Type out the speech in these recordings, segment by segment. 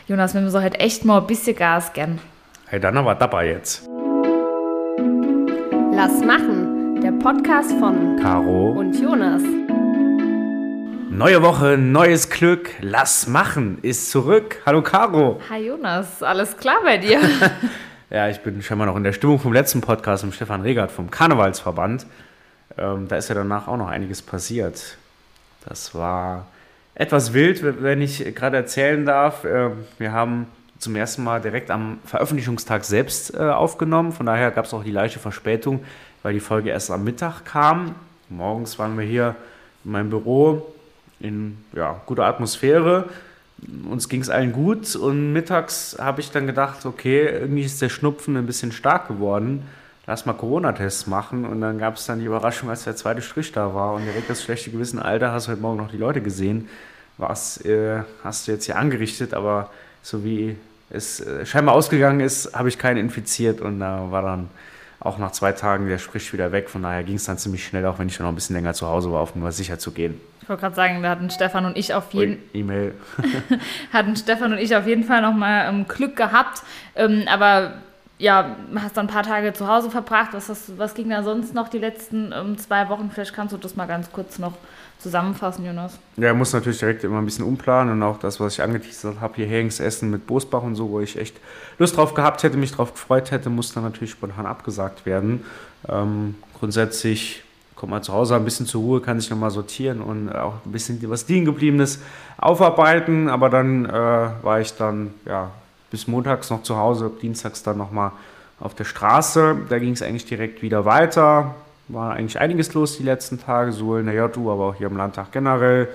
Jonas, wir müssen halt echt mal ein bisschen Gas geben. Hey, dann aber dabei jetzt. Lass machen, der Podcast von Caro und Jonas. Neue Woche, neues Glück. Lass machen ist zurück. Hallo Caro. Hi Jonas, alles klar bei dir? Ja, ich bin scheinbar noch in der Stimmung vom letzten Podcast mit Stefan Regert vom Karnevalsverband. Da ist ja danach auch noch einiges passiert. Das war etwas wild, wenn ich gerade erzählen darf. Wir haben zum ersten Mal direkt am Veröffentlichungstag selbst aufgenommen. Von daher gab es auch die leichte Verspätung, weil die Folge erst am Mittag kam. Morgens waren wir hier in meinem Büro in guter Atmosphäre. Uns ging es allen gut und mittags habe ich dann gedacht, okay, irgendwie ist der Schnupfen ein bisschen stark geworden. Lass mal Corona-Tests machen. Und dann gab es dann die Überraschung, als der zweite Strich da war und direkt das schlechte Gewissen, Alter, hast du heute Morgen noch die Leute gesehen? Was hast du jetzt hier angerichtet? Aber so wie es scheinbar ausgegangen ist, habe ich keinen infiziert und da war dann auch nach 2 Tagen der Strich wieder weg. Von daher ging es dann ziemlich schnell, auch wenn ich dann noch ein bisschen länger zu Hause war, auf Nummer sicher zu gehen. Ich wollte gerade sagen, da hatten Stefan und ich auf jeden Fall nochmal Glück gehabt. Aber ja, hast dann ein paar Tage zu Hause verbracht. Was ging da sonst noch die letzten 2 Wochen? Vielleicht kannst du das mal ganz kurz noch zusammenfassen, Jonas. Ja, ich muss natürlich direkt immer ein bisschen umplanen und auch das, was ich angeteasert habe, hier Heringsessen mit Bosbach und so, wo ich echt Lust drauf gehabt hätte, mich drauf gefreut hätte, muss dann natürlich spontan abgesagt werden. Grundsätzlich kommt man zu Hause ein bisschen zur Ruhe, kann sich nochmal sortieren und auch ein bisschen was Liegengebliebenes aufarbeiten, aber dann war ich dann bis montags noch zu Hause, dienstags dann nochmal auf der Straße, da ging es eigentlich direkt wieder weiter. War eigentlich einiges los die letzten Tage, sowohl in der JU, aber auch hier im Landtag generell.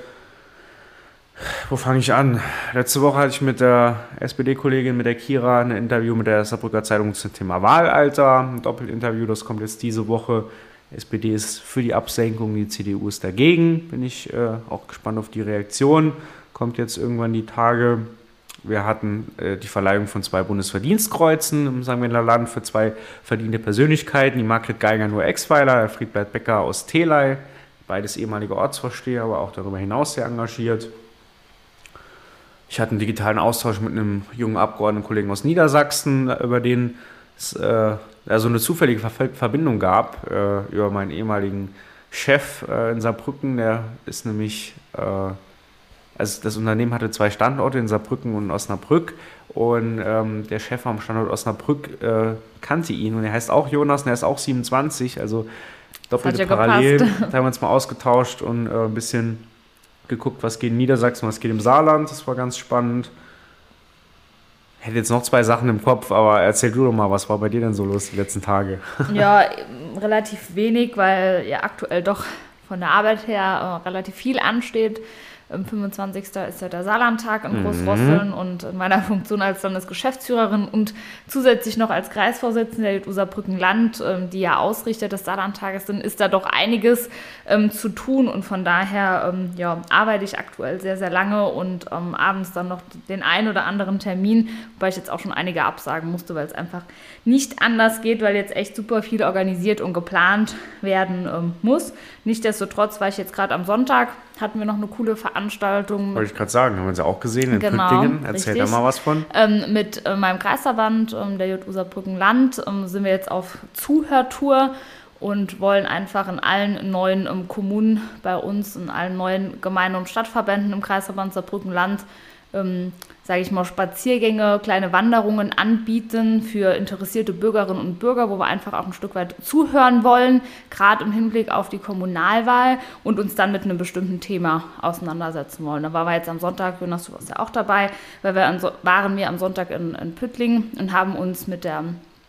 Wo fange ich an? Letzte Woche hatte ich mit der SPD-Kollegin, mit der Kira, ein Interview mit der Saarbrücker Zeitung zum Thema Wahlalter. Ein Doppelinterview, das kommt jetzt diese Woche. Die SPD ist für die Absenkung, die CDU ist dagegen. Bin ich auch gespannt auf die Reaktion. Kommt jetzt irgendwann die Tage. Wir hatten die Verleihung von 2 Bundesverdienstkreuzen im St. Wendler Land für 2 verdiente Persönlichkeiten. Die Margret Geiger nur Exweiler, der Friedbert Becker aus Theley. Beides ehemalige Ortsvorsteher, aber auch darüber hinaus sehr engagiert. Ich hatte einen digitalen Austausch mit einem jungen Abgeordnetenkollegen aus Niedersachsen, über den es so eine zufällige Verbindung gab über meinen ehemaligen Chef in Saarbrücken. Der ist nämlich... Also das Unternehmen hatte 2 Standorte in Saarbrücken und Osnabrück und der Chef am Standort Osnabrück kannte ihn und er heißt auch Jonas und er ist auch 27, also doppelte Parallel. Da haben wir uns mal ausgetauscht und ein bisschen geguckt, was geht in Niedersachsen, was geht im Saarland, das war ganz spannend. Ich hätte jetzt noch 2 Sachen im Kopf, aber erzähl du doch mal, was war bei dir denn so los die letzten Tage? Ja, relativ wenig, weil ja aktuell doch von der Arbeit her relativ viel ansteht. Am 25. ist ja der Saarlandtag in Großrosseln und in meiner Funktion als Landesgeschäftsführerin und zusätzlich noch als Kreisvorsitzende der JU Saarbrücken-Land, die ja Ausrichter des Saarlandtages sind, ist da doch einiges zu tun und von daher arbeite ich aktuell sehr, sehr lange und abends dann noch den einen oder anderen Termin, wobei ich jetzt auch schon einige absagen musste, weil es einfach nicht anders geht, weil jetzt echt super viel organisiert und geplant werden muss. Nichtsdestotrotz war ich jetzt gerade am Sonntag, hatten wir noch eine coole Veranstaltung. Wollte ich gerade sagen, haben wir sie auch gesehen in Püttlingen. Erzähl da mal was von. Mit meinem Kreisverband, der JU Saarbrücken-Land, sind wir jetzt auf Zuhörtour und wollen einfach in allen neuen Kommunen bei uns, in allen neuen Gemeinde- und Stadtverbänden im Kreisverband Saarbrücken-Land, sage ich mal, Spaziergänge, kleine Wanderungen anbieten für interessierte Bürgerinnen und Bürger, wo wir einfach auch ein Stück weit zuhören wollen, gerade im Hinblick auf die Kommunalwahl und uns dann mit einem bestimmten Thema auseinandersetzen wollen. Da waren wir jetzt am Sonntag, Jonas, du warst ja auch dabei, weil waren wir am Sonntag in Püttlingen und haben uns mit der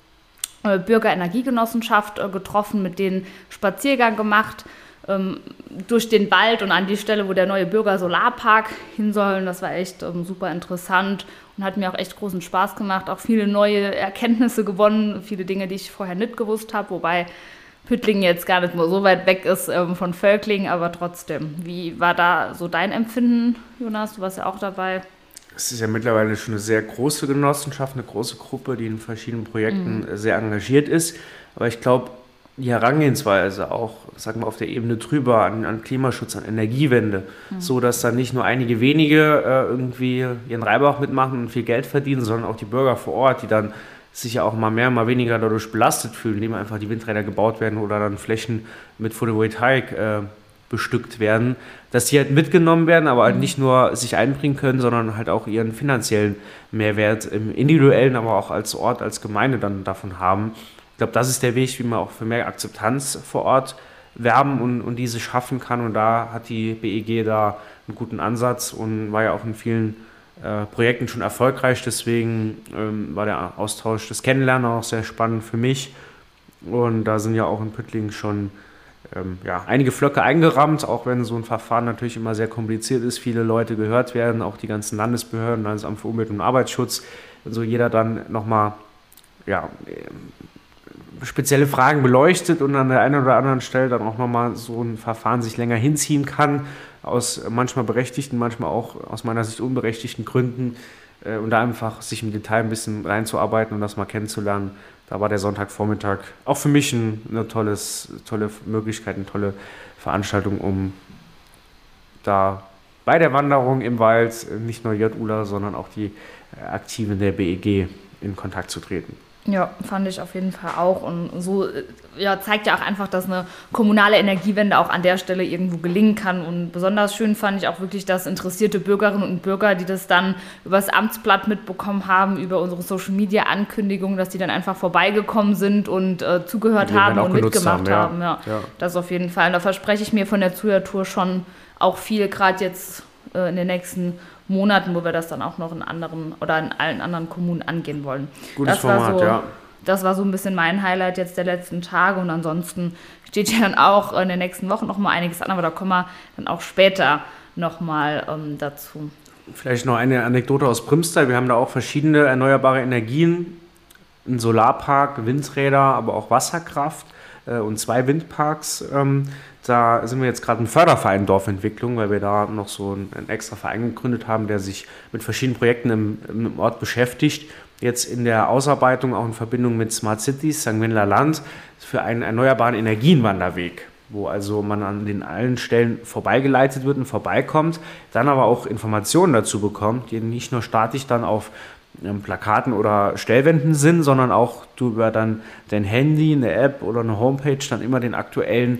Bürgerenergiegenossenschaft getroffen, mit denen Spaziergang gemacht, durch den Wald und an die Stelle, wo der neue Bürgersolarpark hin soll. Und das war echt super interessant und hat mir auch echt großen Spaß gemacht. Auch viele neue Erkenntnisse gewonnen, viele Dinge, die ich vorher nicht gewusst habe, wobei Püttlingen jetzt gar nicht mehr so weit weg ist von Völklingen, aber trotzdem. Wie war da so dein Empfinden, Jonas? Du warst ja auch dabei. Es ist ja mittlerweile schon eine sehr große Genossenschaft, eine große Gruppe, die in verschiedenen Projekten sehr engagiert ist. Aber ich glaube, die Herangehensweise auch, sagen wir, auf der Ebene drüber an Klimaschutz, an Energiewende, so dass dann nicht nur einige wenige irgendwie ihren Reibach mitmachen und viel Geld verdienen, sondern auch die Bürger vor Ort, die dann sich ja auch mal mehr, mal weniger dadurch belastet fühlen, indem einfach die Windräder gebaut werden oder dann Flächen mit Photovoltaik bestückt werden, dass die halt mitgenommen werden, aber halt nicht nur sich einbringen können, sondern halt auch ihren finanziellen Mehrwert im individuellen, aber auch als Ort, als Gemeinde dann davon haben. Ich glaube, das ist der Weg, wie man auch für mehr Akzeptanz vor Ort werben und diese schaffen kann. Und da hat die BEG da einen guten Ansatz und war ja auch in vielen Projekten schon erfolgreich. Deswegen war der Austausch, das Kennenlernen auch sehr spannend für mich. Und da sind ja auch in Püttlingen schon einige Flöcke eingerammt, auch wenn so ein Verfahren natürlich immer sehr kompliziert ist, viele Leute gehört werden, auch die ganzen Landesbehörden, Landesamt für Umwelt und Arbeitsschutz. Also jeder dann nochmal spezielle Fragen beleuchtet und an der einen oder anderen Stelle dann auch nochmal so ein Verfahren sich länger hinziehen kann, aus manchmal berechtigten, manchmal auch aus meiner Sicht unberechtigten Gründen und da einfach sich im Detail ein bisschen reinzuarbeiten und das mal kennenzulernen. Da war der Sonntagvormittag auch für mich eine tolle Möglichkeit, eine tolle Veranstaltung, um da bei der Wanderung im Wald nicht nur JULA, sondern auch die Aktiven der BEG in Kontakt zu treten. Ja, fand ich auf jeden Fall auch. Und so zeigt ja auch einfach, dass eine kommunale Energiewende auch an der Stelle irgendwo gelingen kann. Und besonders schön fand ich auch wirklich, dass interessierte Bürgerinnen und Bürger, die das dann über das Amtsblatt mitbekommen haben, über unsere Social-Media-Ankündigungen, dass die dann einfach vorbeigekommen sind und zugehört haben und mitgemacht haben. Ja. Das auf jeden Fall. Und da verspreche ich mir von der Zuhörtour schon auch viel, gerade jetzt in den nächsten Monaten, wo wir das dann auch noch in anderen oder in allen anderen Kommunen angehen wollen. Gutes Format, ja. Das war so ein bisschen mein Highlight jetzt der letzten Tage und ansonsten steht ja dann auch in den nächsten Wochen noch mal einiges an, aber da kommen wir dann auch später noch mal dazu. Vielleicht noch eine Anekdote aus Primstal. Wir haben da auch verschiedene erneuerbare Energien, einen Solarpark, Windräder, aber auch Wasserkraft und 2 Windparks. Da sind wir jetzt gerade ein Förderverein Dorfentwicklung, weil wir da noch so einen extra Verein gegründet haben, der sich mit verschiedenen Projekten im Ort beschäftigt. Jetzt in der Ausarbeitung auch in Verbindung mit Smart Cities, St. Wendler Land, für einen erneuerbaren Energienwanderweg, wo also man an den allen Stellen vorbeigeleitet wird und vorbeikommt, dann aber auch Informationen dazu bekommt, die nicht nur statisch dann auf Plakaten oder Stellwänden sind, sondern auch du über dann dein Handy, eine App oder eine Homepage dann immer den aktuellen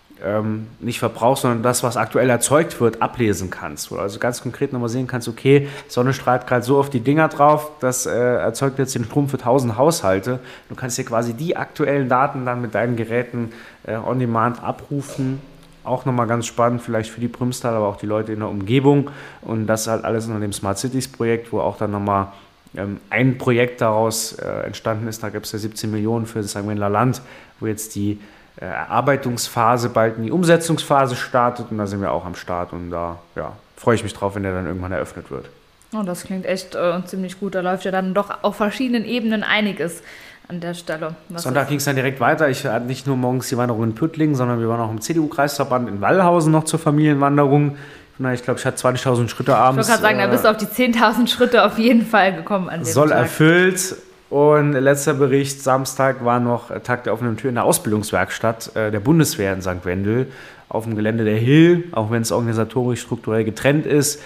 nicht Verbrauch, sondern das, was aktuell erzeugt wird, ablesen kannst. Wo du also ganz konkret nochmal sehen kannst, okay, Sonne strahlt gerade so auf die Dinger drauf, das erzeugt jetzt den Strom für 1000 Haushalte. Du kannst dir quasi die aktuellen Daten dann mit deinen Geräten on demand abrufen. Auch nochmal ganz spannend, vielleicht für die Primstal, aber auch die Leute in der Umgebung. Und das halt alles unter dem Smart Cities Projekt, wo auch dann nochmal ein Projekt daraus entstanden ist. Da gibt es ja 17 Millionen für das St. Wendler Land, wo jetzt die Erarbeitungsphase bald in die Umsetzungsphase startet und da sind wir auch am Start und da freue ich mich drauf, wenn der dann irgendwann eröffnet wird. Oh, das klingt echt ziemlich gut. Da läuft ja dann doch auf verschiedenen Ebenen einiges an der Stelle. Sonntag ging es dann direkt weiter. Ich hatte nicht nur morgens die Wanderung in Püttlingen, sondern wir waren auch im CDU-Kreisverband in Wallhausen noch zur Familienwanderung. Ich glaube, ich hatte 20.000 Schritte abends. Ich wollte gerade sagen, da bist du auf die 10.000 Schritte auf jeden Fall gekommen an dem Soll Tag. Erfüllt. Und letzter Bericht, Samstag war noch Tag der offenen Tür in der Ausbildungswerkstatt der Bundeswehr in St. Wendel auf dem Gelände der Hill, auch wenn es organisatorisch strukturell getrennt ist.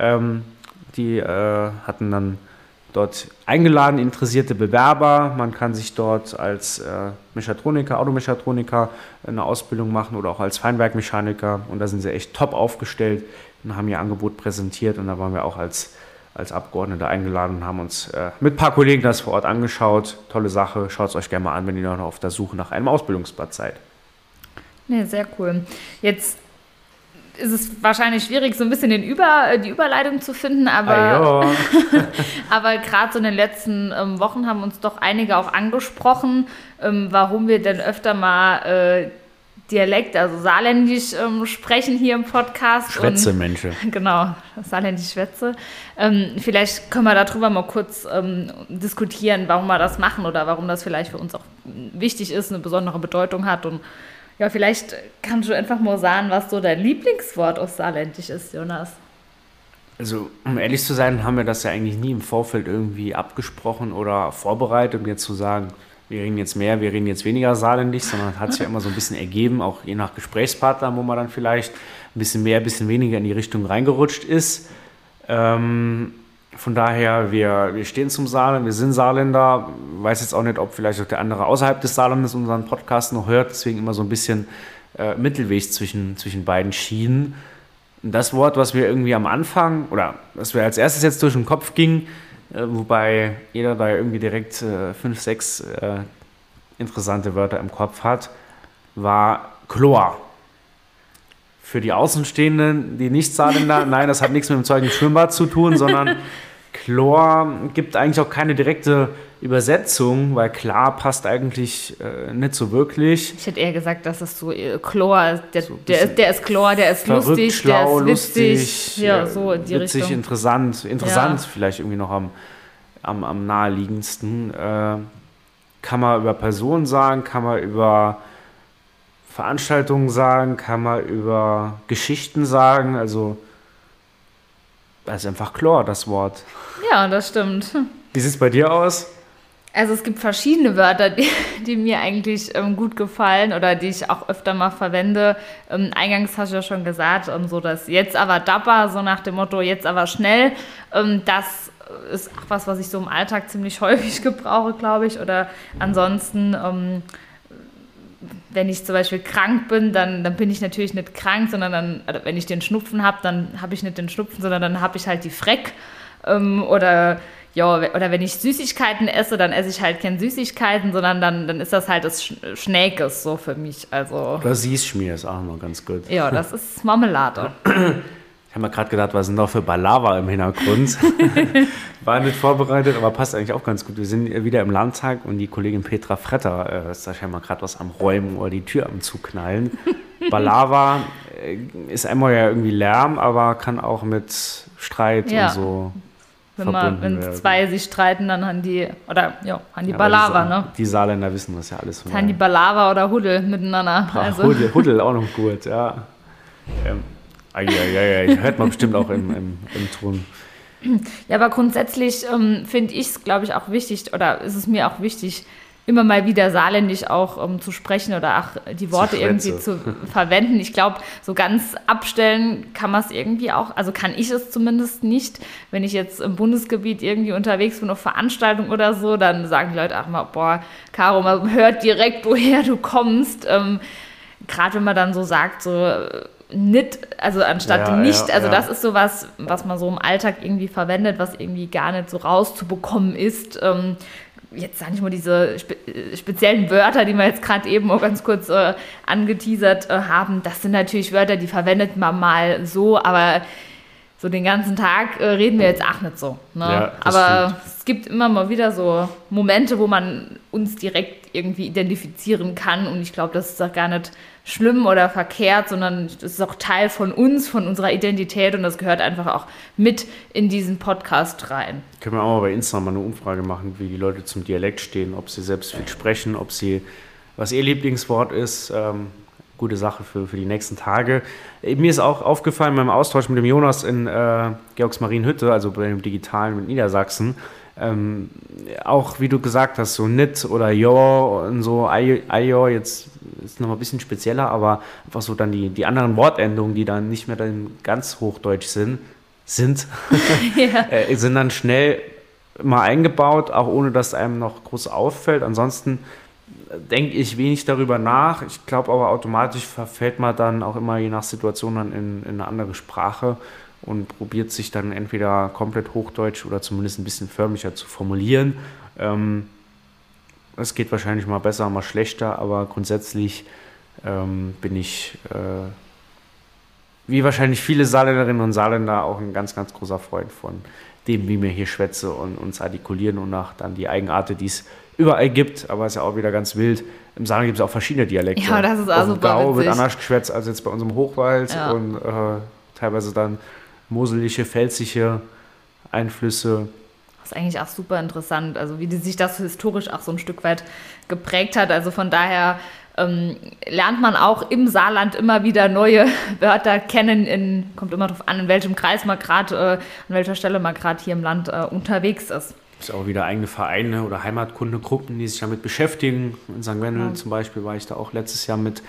Die hatten dann dort eingeladen, interessierte Bewerber. Man kann sich dort als Mechatroniker, Automechatroniker eine Ausbildung machen oder auch als Feinwerkmechaniker. Und da sind sie echt top aufgestellt und haben ihr Angebot präsentiert. Und da waren wir auch als Abgeordnete eingeladen und haben uns mit ein paar Kollegen das vor Ort angeschaut. Tolle Sache, schaut es euch gerne mal an, wenn ihr noch auf der Suche nach einem Ausbildungsplatz seid. Nee, sehr cool. Jetzt ist es wahrscheinlich schwierig, so ein bisschen die Überleitung zu finden, aber, aber gerade so in den letzten Wochen haben uns doch einige auch angesprochen, warum wir denn öfter mal Dialekt, also Saarländisch sprechen hier im Podcast. Schwätze, Menschen. Genau, Saarländisch Schwätze. Vielleicht können wir darüber mal kurz diskutieren, warum wir das machen oder warum das vielleicht für uns auch wichtig ist, eine besondere Bedeutung hat. Und ja, vielleicht kannst du einfach mal sagen, was so dein Lieblingswort aus Saarländisch ist, Jonas. Also, um ehrlich zu sein, haben wir das ja eigentlich nie im Vorfeld irgendwie abgesprochen oder vorbereitet, um jetzt zu sagen, wir reden jetzt mehr, wir reden jetzt weniger saarländisch, sondern hat sich ja immer so ein bisschen ergeben, auch je nach Gesprächspartner, wo man dann vielleicht ein bisschen mehr, ein bisschen weniger in die Richtung reingerutscht ist. Von daher, wir stehen zum Saarland, wir sind Saarländer. Weiß jetzt auch nicht, ob vielleicht auch der andere außerhalb des Saarlandes unseren Podcast noch hört, deswegen immer so ein bisschen Mittelweg zwischen beiden Schienen. Und das Wort, was wir irgendwie am Anfang, oder was wir als erstes jetzt durch den Kopf ging, wobei jeder da irgendwie direkt 5, 6 interessante Wörter im Kopf hat, war Chlor. Für die Außenstehenden, die Nicht-Saarländer, nein, das hat nichts mit dem Zeug im Schwimmbad zu tun, sondern Chlor gibt eigentlich auch keine direkte Übersetzung, weil klar passt eigentlich nicht so wirklich. Ich hätte eher gesagt, dass es so Chlor, der ist Chlor, der ist verrückt, lustig, schlau, der ist witzig. lustig, Ja, so in die witzig, Richtung. interessant vielleicht irgendwie noch am naheliegendsten. Kann man über Personen sagen, kann man über Veranstaltungen sagen, kann man über Geschichten sagen, also das ist einfach Chlor, das Wort. Ja, das stimmt. Wie sieht es bei dir aus? Also es gibt verschiedene Wörter, die mir eigentlich gut gefallen oder die ich auch öfter mal verwende. Eingangs hast du ja schon gesagt, so das jetzt aber dapper, so nach dem Motto jetzt aber schnell. Das ist auch was ich so im Alltag ziemlich häufig gebrauche, glaube ich. Oder ansonsten, wenn ich zum Beispiel krank bin, dann bin ich natürlich nicht krank, sondern dann, wenn ich den Schnupfen habe, dann habe ich nicht den Schnupfen, sondern dann habe ich halt die Freck. Oder wenn ich Süßigkeiten esse, dann esse ich halt keine Süßigkeiten, sondern dann ist das halt das Schnäkes so für mich. Also, oder Süßschmier ist auch noch ganz gut. Ja, das ist Marmelade. Ich habe mir gerade gedacht, was sind noch für Balava im Hintergrund? War nicht vorbereitet, aber passt eigentlich auch ganz gut. Wir sind wieder im Landtag und die Kollegin Petra Fretter ist da scheinbar gerade was am Räumen oder die Tür am Zuknallen. Balava ist einmal ja irgendwie Lärm, aber kann auch mit Streit und so wenn zwei sich streiten, dann haben die Balava, ne? Die Saarländer wissen das ja alles. Haben die Balava oder Huddel miteinander. Also. Huddel auch noch gut, ja. Hört man bestimmt auch im Ton. Ja, aber grundsätzlich finde ich es, glaube ich, auch wichtig, oder ist es mir auch wichtig, immer mal wieder saarländisch auch zu sprechen oder auch die Worte irgendwie zu verwenden. Ich glaube, so ganz abstellen kann man es irgendwie auch, also kann ich es zumindest nicht. Wenn ich jetzt im Bundesgebiet irgendwie unterwegs bin auf Veranstaltungen oder so, dann sagen die Leute auch mal, boah, Caro, man hört direkt, woher du kommst. Gerade wenn man dann so sagt, so nicht, also anstatt nicht, das ist sowas, was man so im Alltag irgendwie verwendet, was irgendwie gar nicht so rauszubekommen ist. Jetzt sage ich mal diese speziellen Wörter, die wir jetzt gerade eben auch ganz kurz angeteasert haben, das sind natürlich Wörter, die verwendet man mal so, aber so den ganzen Tag reden wir jetzt auch nicht so. Ne? Ja, aber stimmt. Es gibt immer mal wieder so Momente, wo man uns direkt irgendwie identifizieren kann und ich glaube, das ist auch gar nicht schlimm oder verkehrt, sondern das ist auch Teil von uns, von unserer Identität und das gehört einfach auch mit in diesen Podcast rein. Können wir auch mal bei Instagram mal eine Umfrage machen, wie die Leute zum Dialekt stehen, ob sie selbst viel sprechen, was ihr Lieblingswort ist. Gute Sache für die nächsten Tage. Mir ist auch aufgefallen beim Austausch mit dem Jonas in Georgsmarienhütte, also bei dem Digitalen mit Niedersachsen, auch wie du gesagt hast, so nit oder jo und so, ajo, jetzt ist nochmal ein bisschen spezieller, aber einfach so dann die anderen Wortendungen, die dann nicht mehr dann ganz hochdeutsch sind dann schnell mal eingebaut, auch ohne dass einem noch groß auffällt. Ansonsten denke ich wenig darüber nach. Ich glaube aber automatisch verfällt man dann auch immer je nach Situation dann in eine andere Sprache und probiert sich dann entweder komplett Hochdeutsch oder zumindest ein bisschen förmlicher zu formulieren. Es geht wahrscheinlich mal besser, mal schlechter, aber grundsätzlich bin ich, wie wahrscheinlich viele Saarländerinnen und Saarländer, auch ein ganz, ganz großer Freund von dem, wie wir hier schwätze und uns artikulieren und nach dann die Eigenart, die es überall gibt, aber es ist ja auch wieder ganz wild. Im Saarland gibt es auch verschiedene Dialekte. Ja, das ist auch super Gau witzig. wird anders geschwätzt als jetzt bei unserem Hochwald und teilweise dann moselige, pfälzische Einflüsse. Das ist eigentlich auch super interessant, also wie sich das historisch auch so ein Stück weit geprägt hat. Also von daher lernt man auch im Saarland immer wieder neue Wörter kennen, kommt immer darauf an, in welchem Kreis man gerade, an welcher Stelle man gerade hier im Land unterwegs ist. Es gibt auch wieder eigene Vereine oder Heimatkundegruppen, die sich damit beschäftigen. In St. Wendel zum Beispiel war ich da auch letztes Jahr mit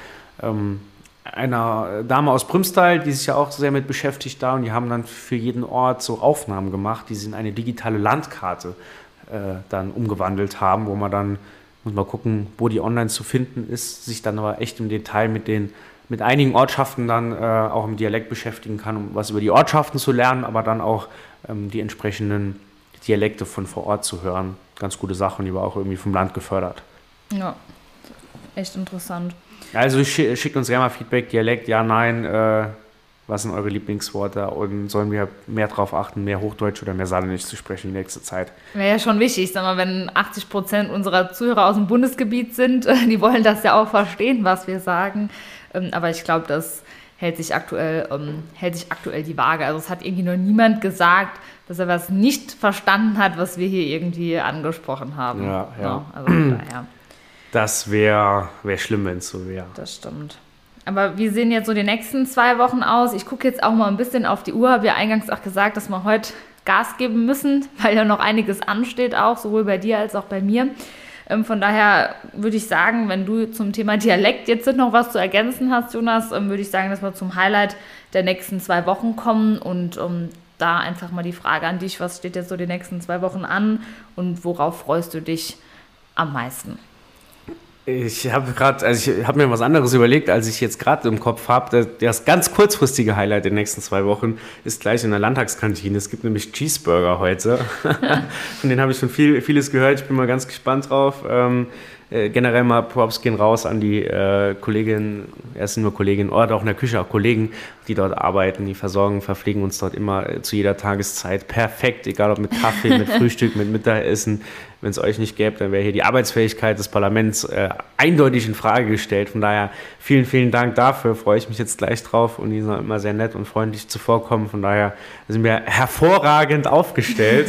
einer Dame aus Prümstal, die sich ja auch sehr mit beschäftigt da, und die haben dann für jeden Ort so Aufnahmen gemacht, die sie in eine digitale Landkarte dann umgewandelt haben, wo man dann, muss man gucken, wo die online zu finden ist, sich dann aber echt im Detail mit einigen Ortschaften dann auch im Dialekt beschäftigen kann, um was über die Ortschaften zu lernen, aber dann auch die entsprechenden Dialekte von vor Ort zu hören. Ganz gute Sache, und die war auch irgendwie vom Land gefördert. Ja, echt interessant. Also schickt uns gerne mal Feedback, Dialekt, ja, nein, was sind eure Lieblingsworte, und sollen wir mehr darauf achten, mehr Hochdeutsch oder mehr Saarländisch zu sprechen in nächster Zeit? Wäre ja schon wichtig, sag mal, wenn 80% unserer Zuhörer aus dem Bundesgebiet sind, die wollen das ja auch verstehen, was wir sagen. Aber ich glaube, das hält sich aktuell die Waage. Also es hat irgendwie noch niemand gesagt, dass er was nicht verstanden hat, was wir hier irgendwie angesprochen haben. Ja. Also daher. Das wäre schlimm, wenn es so wäre. Das stimmt. Aber wie sehen jetzt so die nächsten 2 Wochen aus? Ich gucke jetzt auch mal ein bisschen auf die Uhr. Habe ja eingangs auch gesagt, dass wir heute Gas geben müssen, weil ja noch einiges ansteht auch, sowohl bei dir als auch bei mir. Von daher würde ich sagen, wenn du zum Thema Dialekt jetzt noch was zu ergänzen hast, Jonas, würde ich sagen, dass wir zum Highlight der nächsten 2 Wochen kommen, und da einfach mal die Frage an dich, was steht jetzt so die nächsten 2 Wochen an und worauf freust du dich am meisten? Ich habe mir was anderes überlegt, als ich jetzt gerade im Kopf habe. Das ganz kurzfristige Highlight der nächsten 2 Wochen ist gleich in der Landtagskantine. Es gibt nämlich Cheeseburger heute. Von denen habe ich schon vieles gehört. Ich bin mal ganz gespannt drauf. Generell mal Props gehen raus an die Kolleginnen, erst nur Kolleginnen, oder auch in der Küche auch Kollegen, die dort arbeiten, die verpflegen uns dort immer zu jeder Tageszeit perfekt, egal ob mit Kaffee, mit Frühstück, mit Mittagessen. Wenn es euch nicht gäbe, dann wäre hier die Arbeitsfähigkeit des Parlaments eindeutig in Frage gestellt. Von daher vielen, vielen Dank dafür, freue ich mich jetzt gleich drauf, und die sind immer sehr nett und freundlich zuvorkommen. Von daher sind wir hervorragend aufgestellt.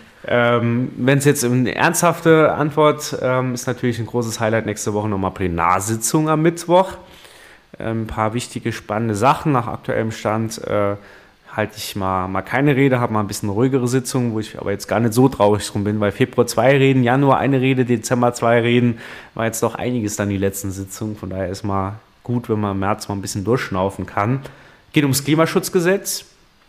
Wenn es jetzt eine ernsthafte Antwort ist, natürlich ein großes Highlight nächste Woche nochmal Plenarsitzung am Mittwoch. Ein paar wichtige, spannende Sachen. Nach aktuellem Stand halte ich mal keine Rede, habe mal ein bisschen ruhigere Sitzungen, wo ich aber jetzt gar nicht so traurig drum bin, weil Februar 2 Reden, Januar 1 Rede, Dezember 2 Reden, war jetzt doch einiges dann die letzten Sitzungen. Von daher ist mal gut, wenn man im März mal ein bisschen durchschnaufen kann. Geht ums Klimaschutzgesetz.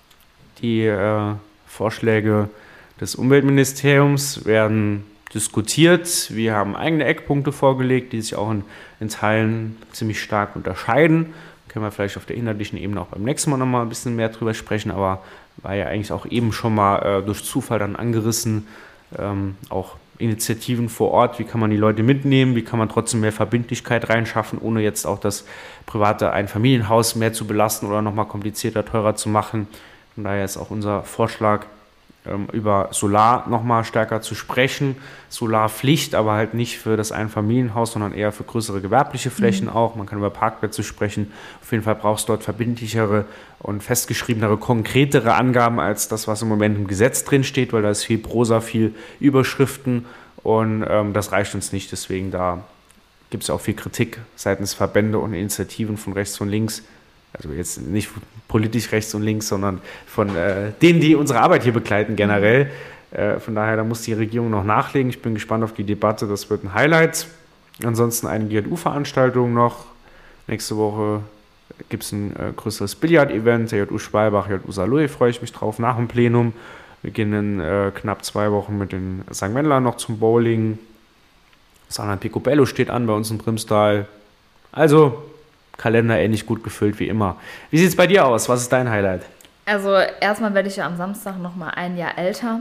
Die Vorschläge des Umweltministeriums werden diskutiert. Wir haben eigene Eckpunkte vorgelegt, die sich auch in Teilen ziemlich stark unterscheiden. Können wir vielleicht auf der inhaltlichen Ebene auch beim nächsten Mal nochmal ein bisschen mehr drüber sprechen, aber war ja eigentlich auch eben schon mal durch Zufall dann angerissen. Auch Initiativen vor Ort, wie kann man die Leute mitnehmen, wie kann man trotzdem mehr Verbindlichkeit reinschaffen, ohne jetzt auch das private Einfamilienhaus mehr zu belasten oder nochmal komplizierter, teurer zu machen. Von daher ist auch unser Vorschlag, über Solar nochmal stärker zu sprechen. Solarpflicht, aber halt nicht für das Einfamilienhaus, sondern eher für größere gewerbliche Flächen auch. Man kann über Parkplätze sprechen. Auf jeden Fall brauchst du dort verbindlichere und festgeschriebenere, konkretere Angaben als das, was im Moment im Gesetz drin steht, weil da ist viel Prosa, viel Überschriften, und das reicht uns nicht. Deswegen da gibt es auch viel Kritik seitens Verbände und Initiativen von rechts und links. Also jetzt nicht politisch rechts und links, sondern von denen, die unsere Arbeit hier begleiten generell. Von daher, da muss die Regierung noch nachlegen. Ich bin gespannt auf die Debatte, das wird ein Highlight. Ansonsten einige JU-Veranstaltungen noch. Nächste Woche gibt es ein größeres Billard-Event, der JU Schwalbach, JU Saarlouis, freue ich mich drauf, nach dem Plenum. Wir gehen in knapp 2 Wochen mit den St. Wendlern noch zum Bowling. Saarland Picobello steht an bei uns in Primstal. Also Kalender ähnlich gut gefüllt wie immer. Wie sieht es bei dir aus? Was ist dein Highlight? Also erstmal werde ich ja am Samstag noch mal 1 Jahr älter.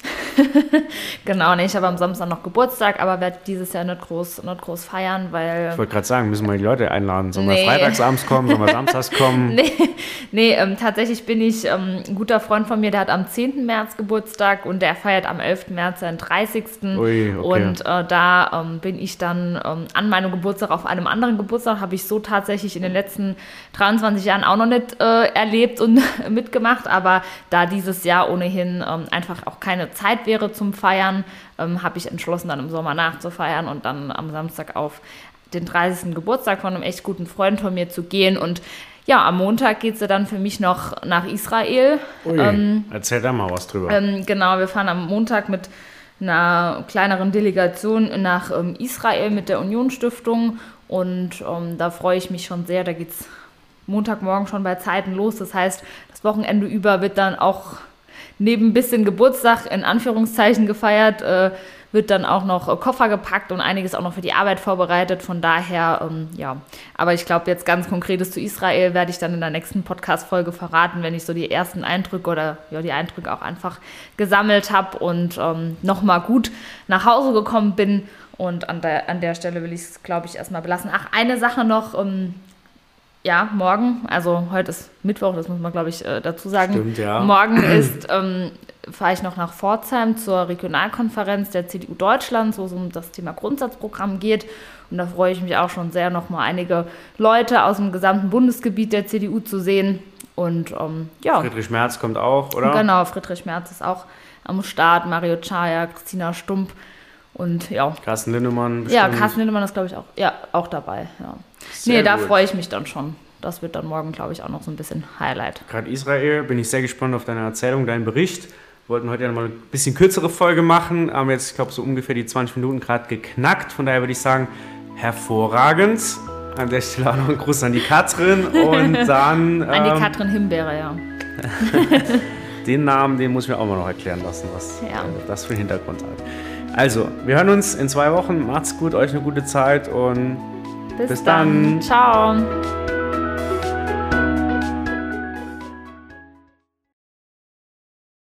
Genau, ich habe am Samstag noch Geburtstag, aber werde dieses Jahr nicht groß feiern, weil... Ich wollte gerade sagen, müssen wir die Leute einladen. Sollen wir freitagsabends kommen, sollen wir samstags kommen? Tatsächlich bin ich ein guter Freund von mir, der hat am 10. März Geburtstag und der feiert am 11. März seinen 30. Ui, okay. Und da bin ich dann an meinem Geburtstag auf einem anderen Geburtstag, habe ich so tatsächlich in den letzten 23 Jahren auch noch nicht erlebt und mitgemacht, aber da dieses Jahr ohnehin einfach auch keine Zeit wäre zum Feiern, habe ich entschlossen, dann im Sommer nachzufeiern und dann am Samstag auf den 30. Geburtstag von einem echt guten Freund von mir zu gehen. Und ja, am Montag geht es ja dann für mich noch nach Israel. Ui, erzähl da mal was drüber. Genau, wir fahren am Montag mit einer kleineren Delegation nach Israel mit der Union-Stiftung und da freue ich mich schon sehr. Da geht es Montagmorgen schon bei Zeiten los. Das heißt, das Wochenende über wird dann auch neben ein bisschen Geburtstag in Anführungszeichen gefeiert, wird dann auch noch Koffer gepackt und einiges auch noch für die Arbeit vorbereitet. Von daher, aber ich glaube, jetzt ganz Konkretes zu Israel werde ich dann in der nächsten Podcast-Folge verraten, wenn ich so die ersten Eindrücke oder die Eindrücke auch einfach gesammelt habe und nochmal gut nach Hause gekommen bin. Und an der Stelle will ich es, glaube ich, erstmal belassen. Ach, eine Sache noch, morgen, also heute ist Mittwoch, das muss man, glaube ich, dazu sagen. Stimmt, ja. Morgen fahre ich noch nach Pforzheim zur Regionalkonferenz der CDU Deutschlands, wo es um das Thema Grundsatzprogramm geht. Und da freue ich mich auch schon sehr, nochmal einige Leute aus dem gesamten Bundesgebiet der CDU zu sehen. Und Friedrich Merz kommt auch, oder? Genau, Friedrich Merz ist auch am Start, Mario Czaja, Christina Stump und Carsten Linnemann bestimmt. Ja, Carsten Linnemann ist, glaube ich, auch dabei. Ja. Da freue ich mich dann schon. Das wird dann morgen, glaube ich, auch noch so ein bisschen Highlight. Gerade Israel, bin ich sehr gespannt auf deine Erzählung, deinen Bericht. Wir wollten heute ja mal ein bisschen kürzere Folge machen, haben jetzt, ich glaube, so ungefähr die 20 Minuten gerade geknackt. Von daher würde ich sagen, hervorragend. An der Stelle auch noch ein Gruß an die Katrin und dann... An die Katrin Himbeere, ja. Den Namen, den muss ich mir auch mal noch erklären lassen, was das für einen Hintergrund hat. Also, wir hören uns in 2 Wochen. Macht's gut, euch eine gute Zeit und bis dann. Ciao.